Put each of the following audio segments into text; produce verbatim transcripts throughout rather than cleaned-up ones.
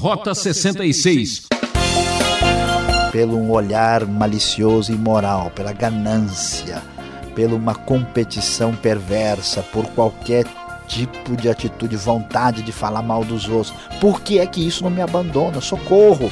Rota sessenta e seis. Pelo um olhar malicioso e imoral, pela ganância, pela uma competição perversa, por qualquer tipo de atitude, vontade de falar mal dos outros. Por que é que isso não me abandona? Socorro!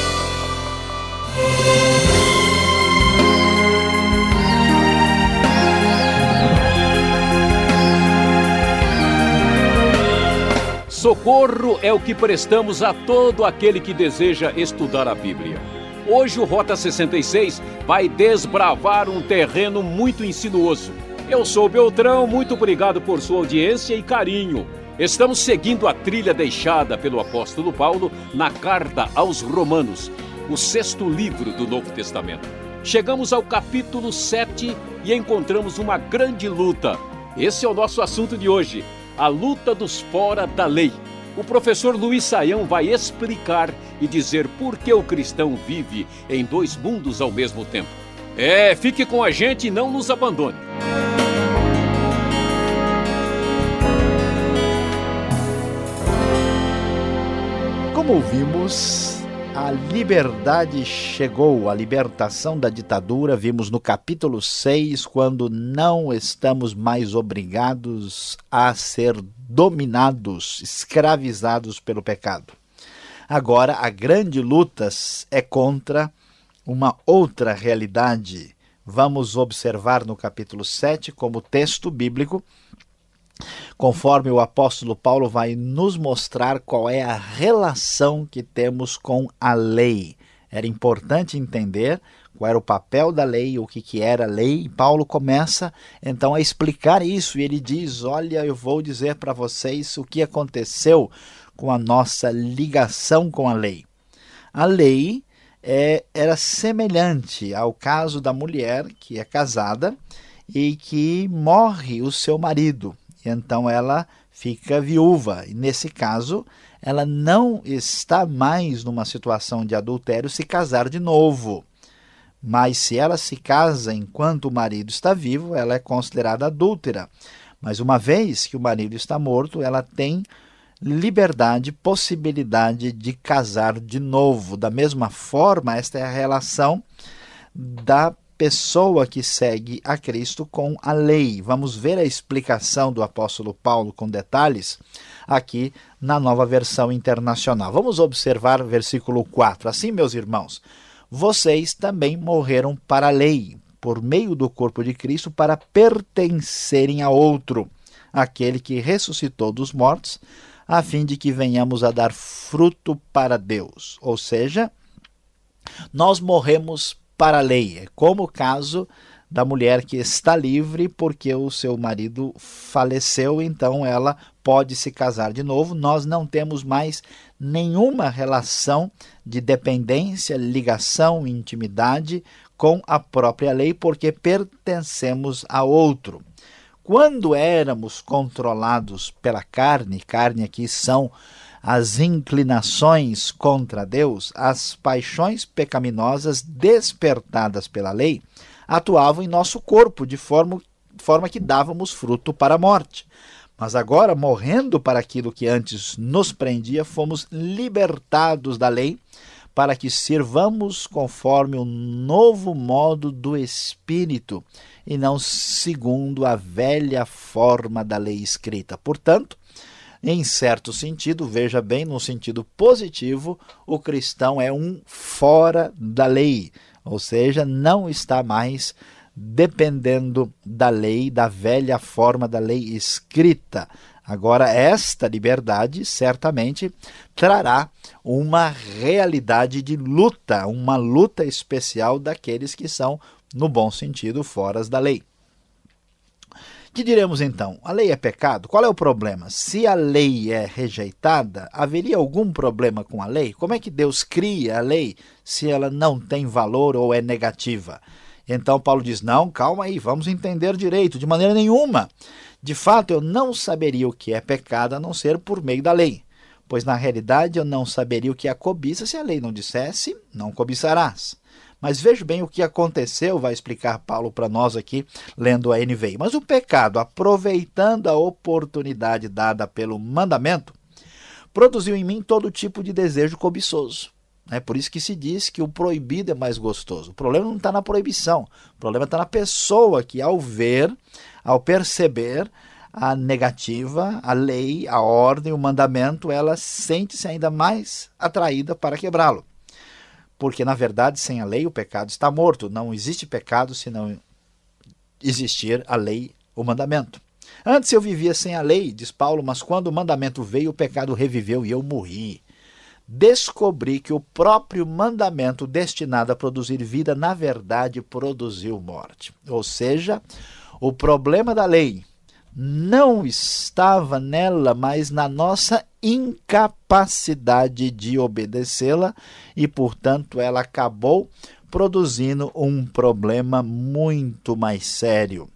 Socorro é o que prestamos a todo aquele que deseja estudar a Bíblia. Hoje o Rota sessenta e seis vai desbravar um terreno muito insinuoso. Eu sou Beltrão, muito obrigado por sua audiência e carinho. Estamos seguindo a trilha deixada pelo apóstolo Paulo na carta aos Romanos, o sexto livro do Novo Testamento. Chegamos ao capítulo sete e encontramos uma grande luta. Esse é o nosso assunto de hoje, a luta dos fora da lei. O professor Luiz Saião vai explicar e dizer por que o cristão vive em dois mundos ao mesmo tempo. É, fique com a gente e não nos abandone. Como ouvimos, a liberdade chegou, a libertação da ditadura, vimos no capítulo seis, quando não estamos mais obrigados a ser dominados, escravizados pelo pecado. Agora, a grande luta é contra uma outra realidade. Vamos observar no capítulo sete, como texto bíblico, conforme o apóstolo Paulo vai nos mostrar qual é a relação que temos com a lei. Era importante entender qual era o papel da lei, o que, que era a lei, e Paulo começa então a explicar isso, e ele diz, olha, eu vou dizer para vocês o que aconteceu com a nossa ligação com a lei. A lei é, era semelhante ao caso da mulher que é casada e que morre o seu marido. Então ela fica viúva, e nesse caso ela não está mais numa situação de adultério se casar de novo. Mas se ela se casa enquanto o marido está vivo, ela é considerada adúltera. Mas uma vez que o marido está morto, ela tem liberdade, possibilidade de casar de novo. Da mesma forma, esta é a relação da pessoa que segue a Cristo com a lei. Vamos ver a explicação do apóstolo Paulo com detalhes aqui na Nova Versão Internacional. Vamos observar o versículo quatro. Assim, meus irmãos, vocês também morreram para a lei, por meio do corpo de Cristo, para pertencerem a outro, aquele que ressuscitou dos mortos, a fim de que venhamos a dar fruto para Deus. Ou seja, nós morremos para a lei. É como o caso da mulher que está livre porque o seu marido faleceu, então ela pode se casar de novo. Nós não temos mais nenhuma relação de dependência, ligação, intimidade com a própria lei, porque pertencemos a outro. Quando éramos controlados pela carne, carne aqui são as inclinações contra Deus, as paixões pecaminosas despertadas pela lei, atuavam em nosso corpo de forma, de forma que dávamos fruto para a morte. Mas agora, morrendo para aquilo que antes nos prendia, fomos libertados da lei para que sirvamos conforme o novo modo do Espírito e não segundo a velha forma da lei escrita. Portanto, em certo sentido, veja bem, no sentido positivo, o cristão é um fora da lei, ou seja, não está mais dependendo da lei, da velha forma da lei escrita. Agora, esta liberdade certamente trará uma realidade de luta, uma luta especial daqueles que são, no bom sentido, fora da lei. Que diremos então? A lei é pecado? Qual é o problema? Se a lei é rejeitada, haveria algum problema com a lei? Como é que Deus cria a lei se ela não tem valor ou é negativa? Então Paulo diz, não, calma aí, vamos entender direito, de maneira nenhuma. De fato, eu não saberia o que é pecado a não ser por meio da lei, pois na realidade eu não saberia o que é a cobiça se a lei não dissesse, não cobiçarás. Mas veja bem o que aconteceu, vai explicar Paulo para nós aqui, lendo a N V I. Mas o pecado, aproveitando a oportunidade dada pelo mandamento, produziu em mim todo tipo de desejo cobiçoso. É por isso que se diz que o proibido é mais gostoso. O problema não está na proibição, o problema está na pessoa que, ao ver, ao perceber a negativa, a lei, a ordem, o mandamento, ela sente-se ainda mais atraída para quebrá-lo. Porque, na verdade, sem a lei, o pecado está morto. Não existe pecado se não existir a lei, o mandamento. Antes eu vivia sem a lei, diz Paulo, mas quando o mandamento veio, o pecado reviveu e eu morri. Descobri que o próprio mandamento destinado a produzir vida, na verdade, produziu morte. Ou seja, o problema da lei não estava nela, mas na nossa incapacidade de obedecê-la e, portanto, ela acabou produzindo um problema muito mais sério.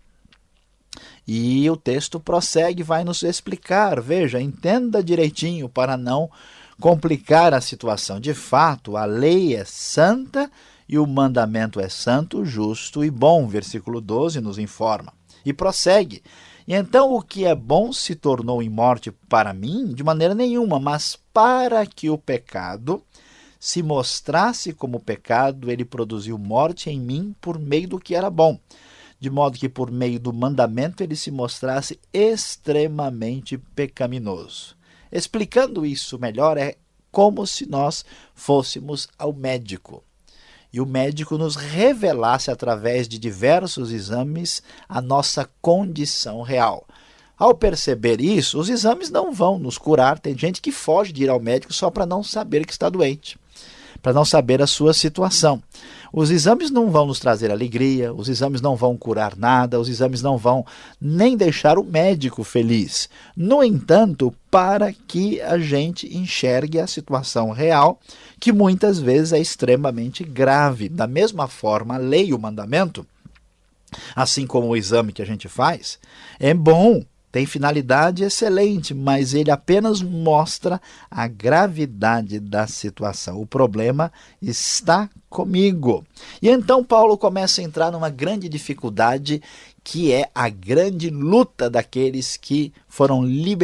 E o texto prossegue, vai nos explicar. Veja, entenda direitinho para não complicar a situação. De fato, a lei é santa e o mandamento é santo, justo e bom. Versículo doze nos informa. E prossegue. E então o que é bom se tornou em morte para mim? De maneira nenhuma, mas para que o pecado se mostrasse como pecado, ele produziu morte em mim por meio do que era bom. De modo que por meio do mandamento ele se mostrasse extremamente pecaminoso. Explicando isso melhor, é como se nós fôssemos ao médico. E o médico nos revelasse, através de diversos exames, a nossa condição real. Ao perceber isso, os exames não vão nos curar. Tem gente que foge de ir ao médico só para não saber que está doente, para não saber a sua situação. Os exames não vão nos trazer alegria, os exames não vão curar nada, os exames não vão nem deixar o médico feliz. No entanto, para que a gente enxergue a situação real, que muitas vezes é extremamente grave. Da mesma forma, a lei e o mandamento, assim como o exame que a gente faz, é bom. Tem finalidade excelente, mas ele apenas mostra a gravidade da situação. O problema está comigo. E então Paulo começa a entrar numa grande dificuldade, que é a grande luta daqueles que foram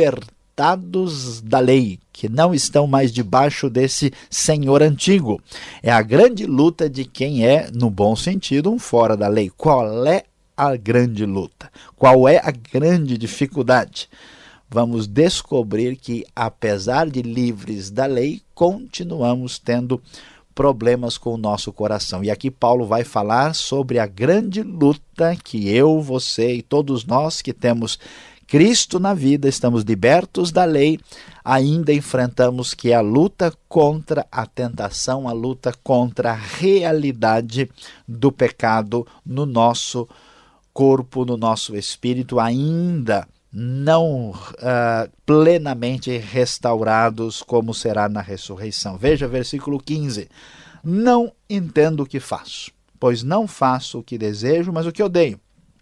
libertados da lei, que não estão mais debaixo desse senhor antigo. É a grande luta de quem é, no bom sentido, um fora da lei. Qual é a grande luta? Qual é a grande dificuldade? Vamos descobrir que, apesar de livres da lei, continuamos tendo problemas com o nosso coração. E aqui Paulo vai falar sobre a grande luta que eu, você e todos nós que temos Cristo na vida, estamos libertos da lei, ainda enfrentamos, que é a luta contra a tentação, a luta contra a realidade do pecado no nosso corpo, no nosso espírito, ainda não uh, plenamente restaurados, como será na ressurreição. Veja versículo quinze. Não entendo o que faço, pois não faço o que desejo, mas o que odeio.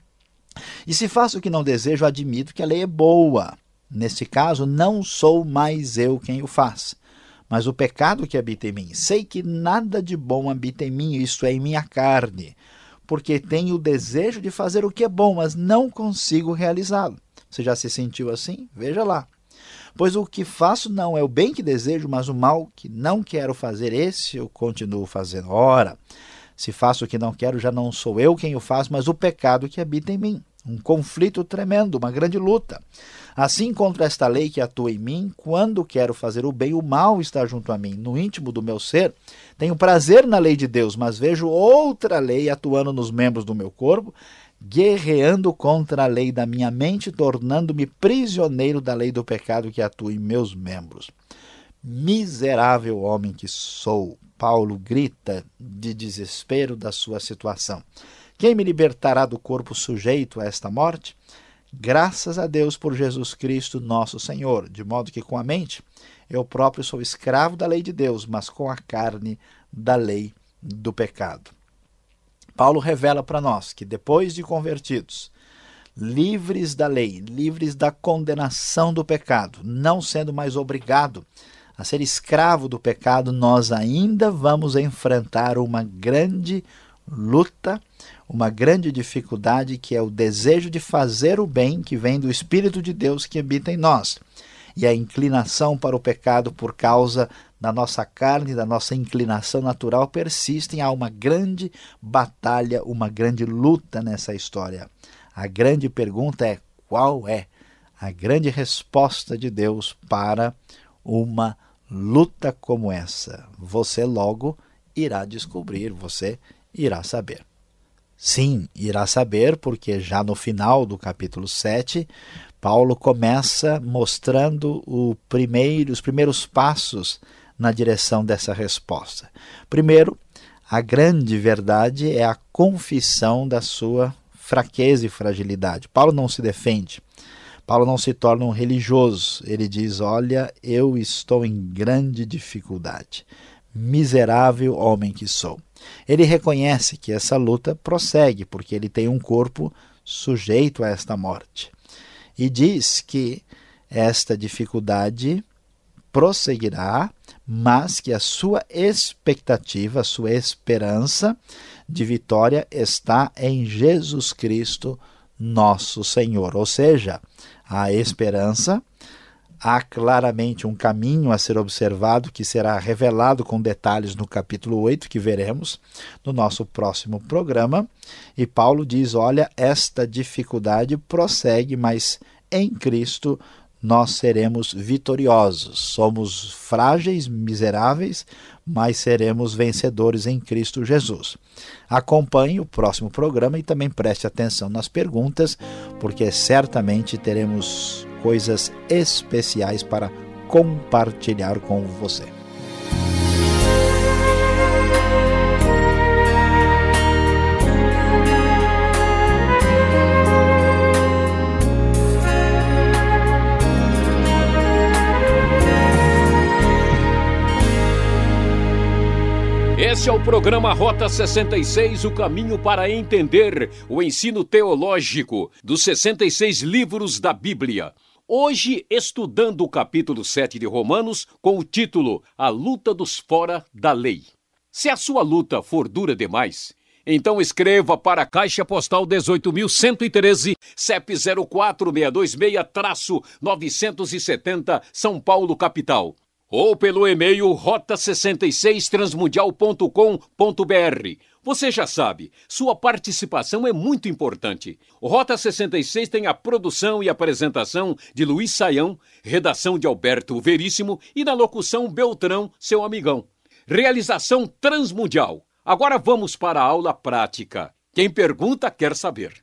E se faço o que não desejo, admito que a lei é boa. Neste caso, não sou mais eu quem o faz, mas o pecado que habita em mim. Sei que nada de bom habita em mim, isto é, em minha carne, porque tenho o desejo de fazer o que é bom, mas não consigo realizá-lo. Você já se sentiu assim? Veja lá. Pois o que faço não é o bem que desejo, mas o mal que não quero fazer, esse eu continuo fazendo. Ora, se faço o que não quero, já não sou eu quem o faz, mas o pecado que habita em mim. Um conflito tremendo, uma grande luta. Assim, contra esta lei que atua em mim, quando quero fazer o bem, o mal está junto a mim. No íntimo do meu ser, tenho prazer na lei de Deus, mas vejo outra lei atuando nos membros do meu corpo, guerreando contra a lei da minha mente, tornando-me prisioneiro da lei do pecado que atua em meus membros. Miserável homem que sou, Paulo grita de desespero da sua situação. Quem me libertará do corpo sujeito a esta morte? Graças a Deus por Jesus Cristo, nosso Senhor, de modo que com a mente eu próprio sou escravo da lei de Deus, mas com a carne da lei do pecado. Paulo revela para nós que depois de convertidos, livres da lei, livres da condenação do pecado, não sendo mais obrigado a ser escravo do pecado, nós ainda vamos enfrentar uma grande luta, uma grande dificuldade, que é o desejo de fazer o bem que vem do Espírito de Deus que habita em nós. e a inclinação para o pecado por causa da nossa carne, da nossa inclinação natural, persistem. Há uma grande batalha, uma grande luta nessa história. A grande pergunta é: qual é a grande resposta de Deus para uma luta como essa? Você logo irá descobrir, você irá saber. Sim, irá saber, porque já no final do capítulo sete, Paulo começa mostrando o primeiro, os primeiros passos na direção dessa resposta. Primeiro, a grande verdade é a confissão da sua fraqueza e fragilidade. Paulo não se defende, Paulo não se torna um religioso. Ele diz: olha, eu estou em grande dificuldade, miserável homem que sou. Ele reconhece que essa luta prossegue, porque ele tem um corpo sujeito a esta morte. E diz que esta dificuldade prosseguirá, mas que a sua expectativa, a sua esperança de vitória está em Jesus Cristo, nosso Senhor. Ou seja, a esperança, há claramente um caminho a ser observado que será revelado com detalhes no capítulo oito, que veremos no nosso próximo programa. E Paulo diz: olha, esta dificuldade prossegue, mas em Cristo nós seremos vitoriosos. Somos frágeis, miseráveis, mas seremos vencedores em Cristo Jesus. Acompanhe o próximo programa e também preste atenção nas perguntas, porque certamente teremos coisas especiais para compartilhar com você. Esse é o programa Rota sessenta e seis, o caminho para entender o ensino teológico dos sessenta e seis livros da Bíblia. Hoje, estudando o capítulo sete de Romanos, com o título A Luta dos Fora da Lei. Se a sua luta for dura demais, então escreva para a Caixa Postal dezoito mil cento e treze, C E P zero quatro seis dois seis, novecentos e setenta, São Paulo, capital. Ou pelo e-mail rota sessenta e seis transmundial ponto com ponto b r. Você já sabe, sua participação é muito importante. O Rota sessenta e seis tem a produção e apresentação de Luiz Saião, redação de Alberto Veríssimo e na locução Beltrão, seu amigão. Realização Transmundial. Agora vamos para a aula prática. Quem pergunta quer saber.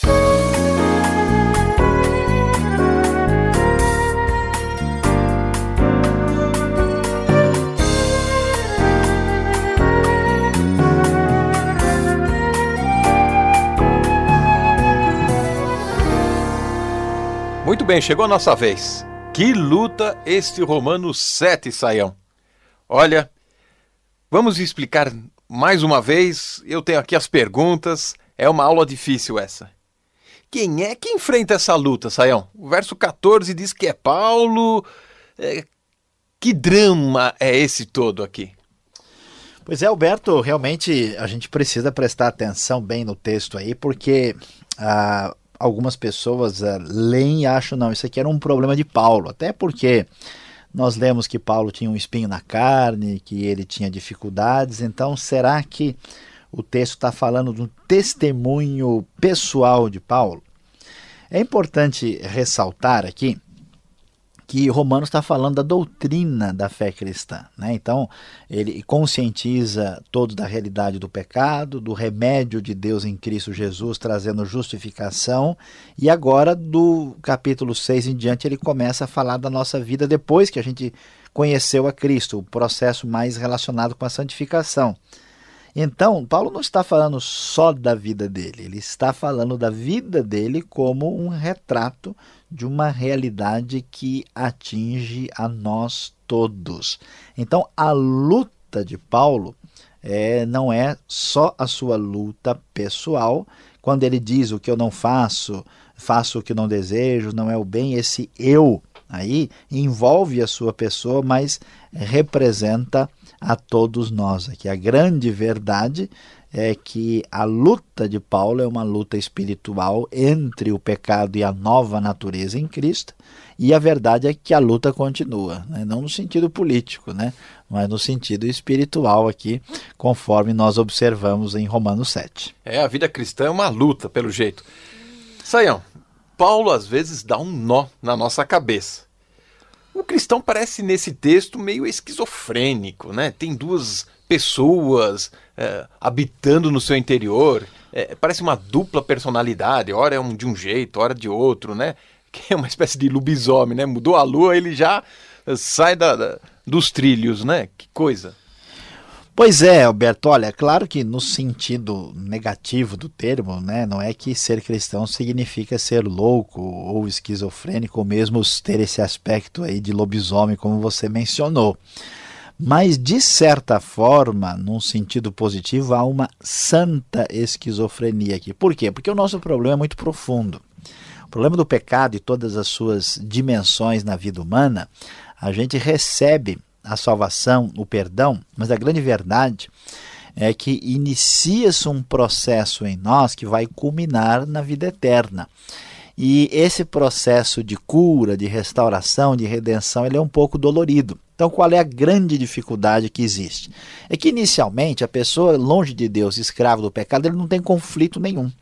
Muito bem, chegou a nossa vez. Que luta este Romanos sete, Saião. Olha, vamos explicar mais uma vez. Eu tenho aqui as perguntas. É uma aula difícil essa. Quem é que enfrenta essa luta, Saião? O verso quatorze diz que é Paulo. É... Que drama é esse todo aqui? Pois é, Alberto, realmente a gente precisa prestar atenção bem no texto aí, porque ah, algumas pessoas uh, leem e acham, não, isso aqui era um problema de Paulo, até porque nós lemos que Paulo tinha um espinho na carne, que ele tinha dificuldades. Então será que o texto está falando de um testemunho pessoal de Paulo? É importante ressaltar aqui que Romanos está falando da doutrina da fé cristã, né? Então, ele conscientiza todos da realidade do pecado, do remédio de Deus em Cristo Jesus, trazendo justificação, e agora, do capítulo seis em diante, ele começa a falar da nossa vida depois que a gente conheceu a Cristo, o processo mais relacionado com a santificação. Então, Paulo não está falando só da vida dele, ele está falando da vida dele como um retrato de uma realidade que atinge a nós todos. Então, a luta de Paulo é, não é só a sua luta pessoal. Quando ele diz o que eu não faço, faço o que não desejo, não é o bem, esse eu aí envolve a sua pessoa, mas representa a todos nós aqui. A grande verdade é que a luta de Paulo é uma luta espiritual entre o pecado e a nova natureza em Cristo, e a verdade é que a luta continua, né? Não no sentido político, né? Mas no sentido espiritual aqui, conforme nós observamos em Romanos sete. É, a vida cristã é uma luta, pelo jeito. Saião, Paulo às vezes dá um nó na nossa cabeça. O cristão parece nesse texto meio esquizofrênico, né? Tem duas pessoas é, habitando no seu interior, é, parece uma dupla personalidade, ora é um de um jeito, ora de outro, né? Que é uma espécie de lobisomem, né? Mudou a lua, ele já sai da, da, dos trilhos, né? Que coisa. Pois é, Alberto, olha, é claro que no sentido negativo do termo, né, não é que ser cristão significa ser louco ou esquizofrênico, ou mesmo ter esse aspecto aí de lobisomem, como você mencionou. Mas, de certa forma, num sentido positivo, há uma santa esquizofrenia aqui. Por quê? Porque o nosso problema é muito profundo. O problema do pecado e todas as suas dimensões na vida humana, a gente recebe a salvação, o perdão, mas a grande verdade é que inicia-se um processo em nós que vai culminar na vida eterna. E esse processo de cura, de restauração, de redenção, ele é um pouco dolorido. Então, qual é a grande dificuldade que existe? É que, inicialmente, a pessoa longe de Deus, escravo do pecado, ele não tem conflito nenhum.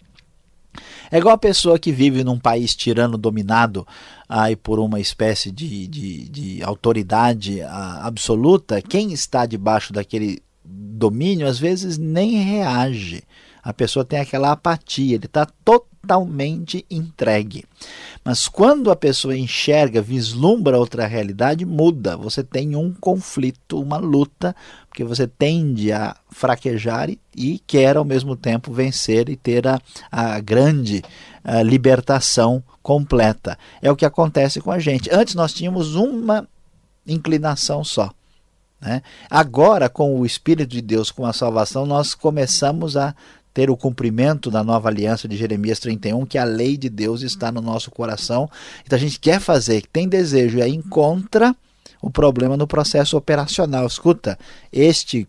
É igual a pessoa que vive num país tirano dominado aí por uma espécie de, de, de autoridade a, absoluta. Quem está debaixo daquele domínio às vezes nem reage. A pessoa tem aquela apatia, ele está totalmente entregue. Mas quando a pessoa enxerga, vislumbra outra realidade, muda. Você tem um conflito, uma luta, porque você tende a fraquejar e, e quer ao mesmo tempo vencer e ter a, a grande a libertação completa. É o que acontece com a gente. Antes nós tínhamos uma inclinação só, né? Agora, com o Espírito de Deus, com a salvação, nós começamos a ter o cumprimento da nova aliança de Jeremias trinta e um, que a lei de Deus está no nosso coração. Então a gente quer fazer, tem desejo, e aí encontra o problema no processo operacional. Escuta, este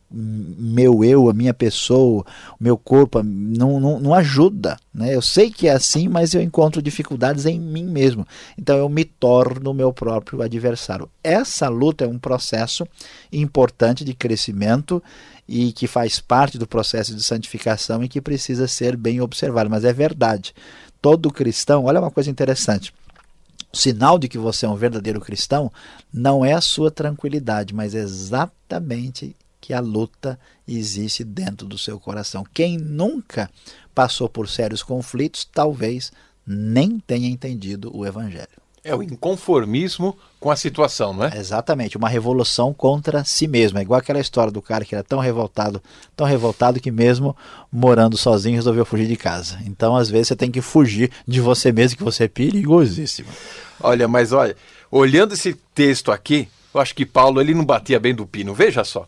meu eu, a minha pessoa, o meu corpo, não, não, não ajuda, né? Eu sei que é assim, mas eu encontro dificuldades em mim mesmo. Então eu me torno o meu próprio adversário. Essa luta é um processo importante de crescimento e que faz parte do processo de santificação e que precisa ser bem observado. Mas é verdade, todo cristão, olha uma coisa interessante, o sinal de que você é um verdadeiro cristão não é a sua tranquilidade, mas é exatamente que a luta existe dentro do seu coração. Quem nunca passou por sérios conflitos, talvez nem tenha entendido o Evangelho. É o inconformismo com a situação, não é? Exatamente, uma revolução contra si mesmo. É igual aquela história do cara que era tão revoltado, tão revoltado que mesmo morando sozinho resolveu fugir de casa. Então, às vezes, você tem que fugir de você mesmo, que você é perigosíssimo. Olha, mas olha, olhando esse texto aqui, eu acho que Paulo ele não batia bem do pino. Veja só.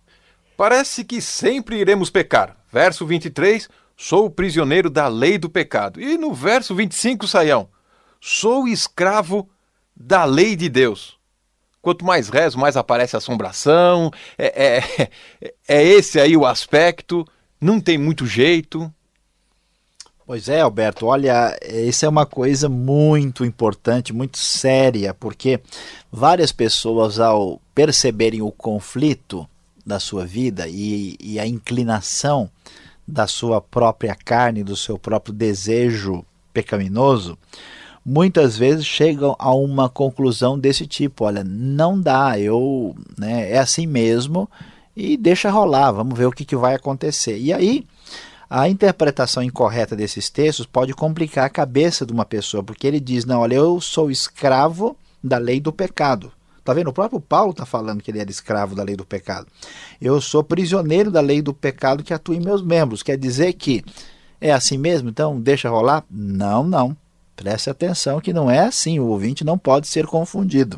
Parece que sempre iremos pecar. Verso vinte e três, sou prisioneiro da lei do pecado. E no verso vinte e cinco, Saião, sou escravo da lei de Deus. Quanto mais rezo, mais aparece assombração. É, é, é esse aí o aspecto. Não tem muito jeito. Pois é, Alberto, olha, isso é uma coisa muito importante, muito séria, porque várias pessoas, ao perceberem o conflito da sua vida e, e a inclinação da sua própria carne, do seu próprio desejo pecaminoso, muitas vezes chegam a uma conclusão desse tipo: olha, não dá, eu, né, é assim mesmo e deixa rolar, vamos ver o que, que vai acontecer. E aí, a interpretação incorreta desses textos pode complicar a cabeça de uma pessoa, porque ele diz, não, olha, eu sou escravo da lei do pecado. Está vendo? O próprio Paulo está falando que ele era escravo da lei do pecado. Eu sou prisioneiro da lei do pecado que atua em meus membros. Quer dizer que é assim mesmo? Então deixa rolar? Não, não. Preste atenção que não é assim. O ouvinte não pode ser confundido.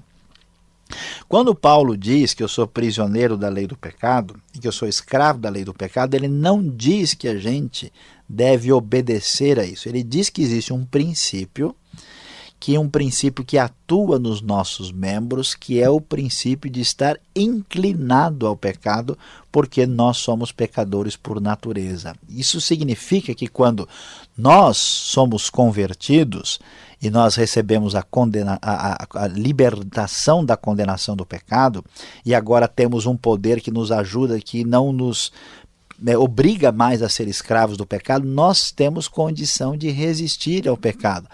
Quando Paulo diz que eu sou prisioneiro da lei do pecado e que eu sou escravo da lei do pecado, ele não diz que a gente deve obedecer a isso. Ele diz que existe um princípio que um princípio que atua nos nossos membros, que é o princípio de estar inclinado ao pecado, porque nós somos pecadores por natureza. Isso significa que quando nós somos convertidos e nós recebemos a, condena, a, a, a libertação da condenação do pecado, e agora temos um poder que nos ajuda, que não nos né, obriga mais a ser escravos do pecado, nós temos condição de resistir ao pecado.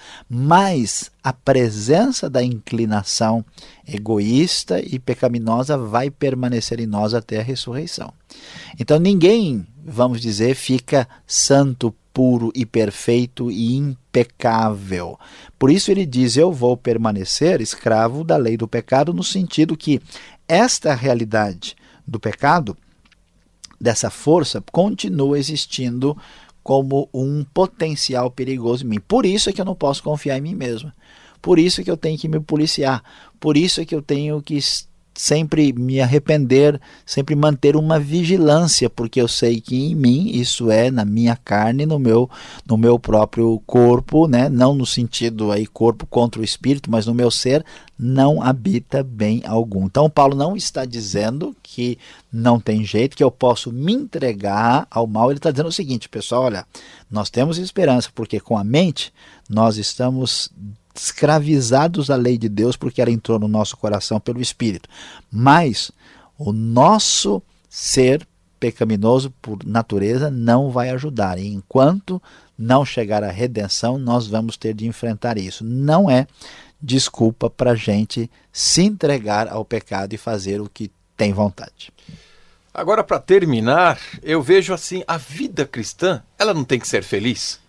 Mas a presença da inclinação egoísta e pecaminosa vai permanecer em nós até a ressurreição. Então ninguém, vamos dizer, fica santo, puro e perfeito e impecável. Por isso ele diz, eu vou permanecer escravo da lei do pecado, no sentido que esta realidade do pecado, dessa força, continua existindo como um potencial perigoso em mim. Por isso é que eu não posso confiar em mim mesmo. Por isso é que eu tenho que me policiar. Por isso é que eu tenho que sempre me arrepender, sempre manter uma vigilância, porque eu sei que em mim, isso é na minha carne, no meu, no meu próprio corpo, né? Não no sentido aí corpo contra o espírito, mas no meu ser, não habita bem algum. Então Paulo não está dizendo que não tem jeito, que eu posso me entregar ao mal. Ele está dizendo o seguinte, pessoal, olha, nós temos esperança, porque com a mente nós estamos escravizados à lei de Deus, porque ela entrou no nosso coração pelo Espírito. Mas o nosso ser pecaminoso por natureza não vai ajudar. E enquanto não chegar a redenção, nós vamos ter de enfrentar isso. Não é desculpa para a gente se entregar ao pecado e fazer o que tem vontade. Agora, para terminar, eu vejo assim, a vida cristã, ela não tem que ser feliz?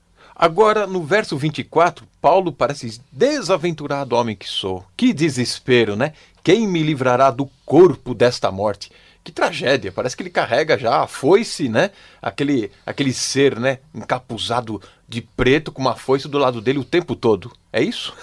Agora, no verso vinte e quatro, Paulo parece desaventurado homem que sou. Que desespero, né? Quem me livrará do corpo desta morte? Que tragédia, parece que ele carrega já a foice, né? Aquele, aquele ser, né? Encapuzado de preto com uma foice do lado dele o tempo todo. É isso?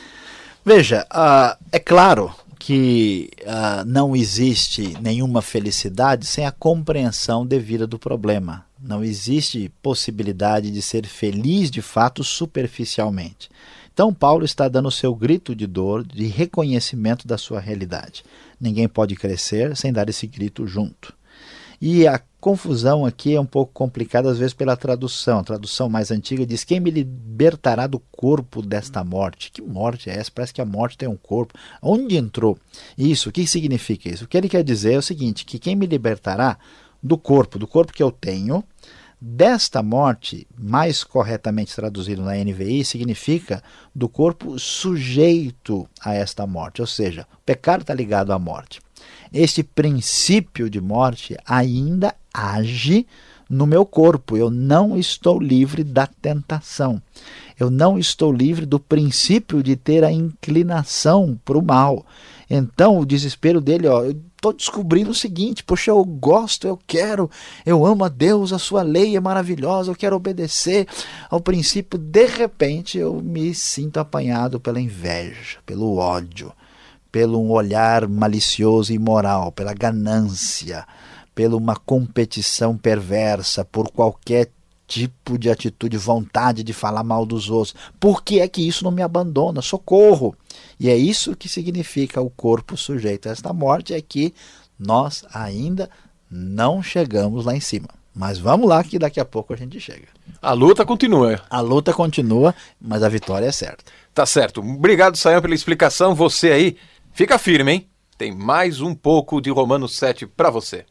Veja, uh, é claro que uh, não existe nenhuma felicidade sem a compreensão devida do problema. Não existe possibilidade de ser feliz de fato superficialmente. Então Paulo está dando o seu grito de dor, de reconhecimento da sua realidade. Ninguém pode crescer sem dar esse grito junto. E a confusão aqui é um pouco complicada às vezes pela tradução. A tradução mais antiga diz, quem me libertará do corpo desta morte? Que morte é essa? Parece que a morte tem um corpo. Onde entrou isso? O que significa isso? O que ele quer dizer é o seguinte, que quem me libertará do corpo, do corpo que eu tenho, desta morte, mais corretamente traduzido na N V I, significa do corpo sujeito a esta morte, ou seja, o pecado está ligado à morte. Este princípio de morte ainda age no meu corpo, eu não estou livre da tentação, eu não estou livre do princípio de ter a inclinação para o mal. Então o desespero dele, ó, eu estou descobrindo o seguinte, poxa, eu gosto, eu quero, eu amo a Deus, a sua lei é maravilhosa, eu quero obedecer ao princípio. De repente eu me sinto apanhado pela inveja, pelo ódio, pelo um olhar malicioso e imoral, pela ganância, pela uma competição perversa, por qualquer tipo de atitude, vontade de falar mal dos outros. Por que é que isso não me abandona? Socorro! E é isso que significa o corpo sujeito a esta morte, é que nós ainda não chegamos lá em cima. Mas vamos lá que daqui a pouco a gente chega. A luta continua. A luta continua, mas a vitória é certa. Tá certo. Obrigado, Sayão, pela explicação. Você aí, fica firme, hein? Tem mais um pouco de Romanos sete para você.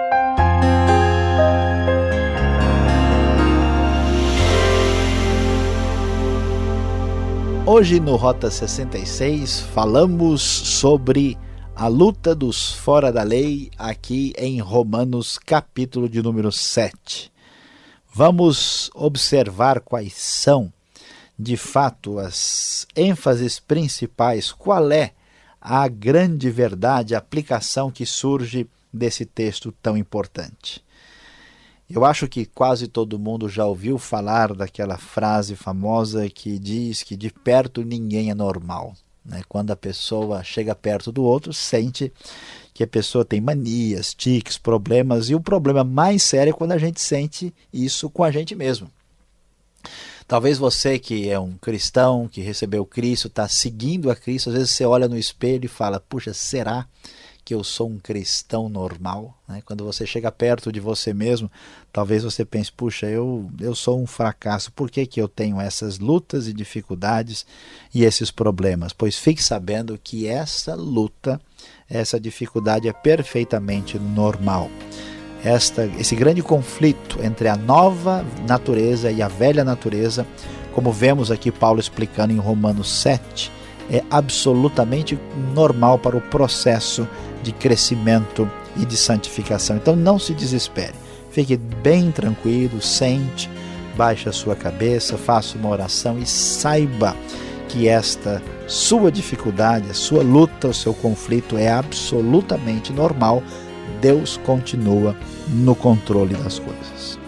Hoje no Rota sessenta e seis falamos sobre a luta dos fora da lei aqui em Romanos capítulo de número sete. Vamos observar quais são de fato as ênfases principais, qual é a grande verdade, a aplicação que surge desse texto tão importante. Eu acho que quase todo mundo já ouviu falar daquela frase famosa que diz que de perto ninguém é normal, né? Quando a pessoa chega perto do outro, sente que a pessoa tem manias, tiques, problemas, e o problema mais sério é quando a gente sente isso com a gente mesmo. Talvez você que é um cristão, que recebeu Cristo, está seguindo a Cristo, às vezes você olha no espelho e fala, puxa, será que eu sou um cristão normal? Né? Quando você chega perto de você mesmo, talvez você pense, puxa, eu, eu sou um fracasso, por que, que eu tenho essas lutas e dificuldades e esses problemas? Pois fique sabendo que essa luta, essa dificuldade é perfeitamente normal. Esta, esse grande conflito entre a nova natureza e a velha natureza, como vemos aqui Paulo explicando em Romanos sete, é absolutamente normal para o processo de crescimento e de santificação. Então não se desespere, fique bem tranquilo, sente, baixe a sua cabeça, faça uma oração e saiba que esta sua dificuldade, a sua luta, o seu conflito é absolutamente normal. Deus continua no controle das coisas.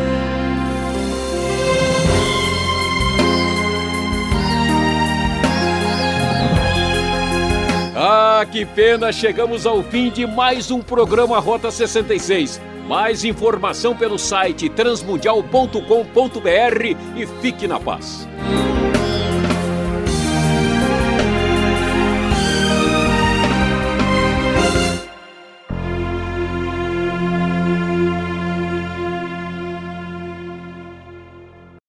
Ah, que pena! Chegamos ao fim de mais um programa Rota sessenta e seis. Mais informação pelo site transmundial ponto com ponto br e fique na paz.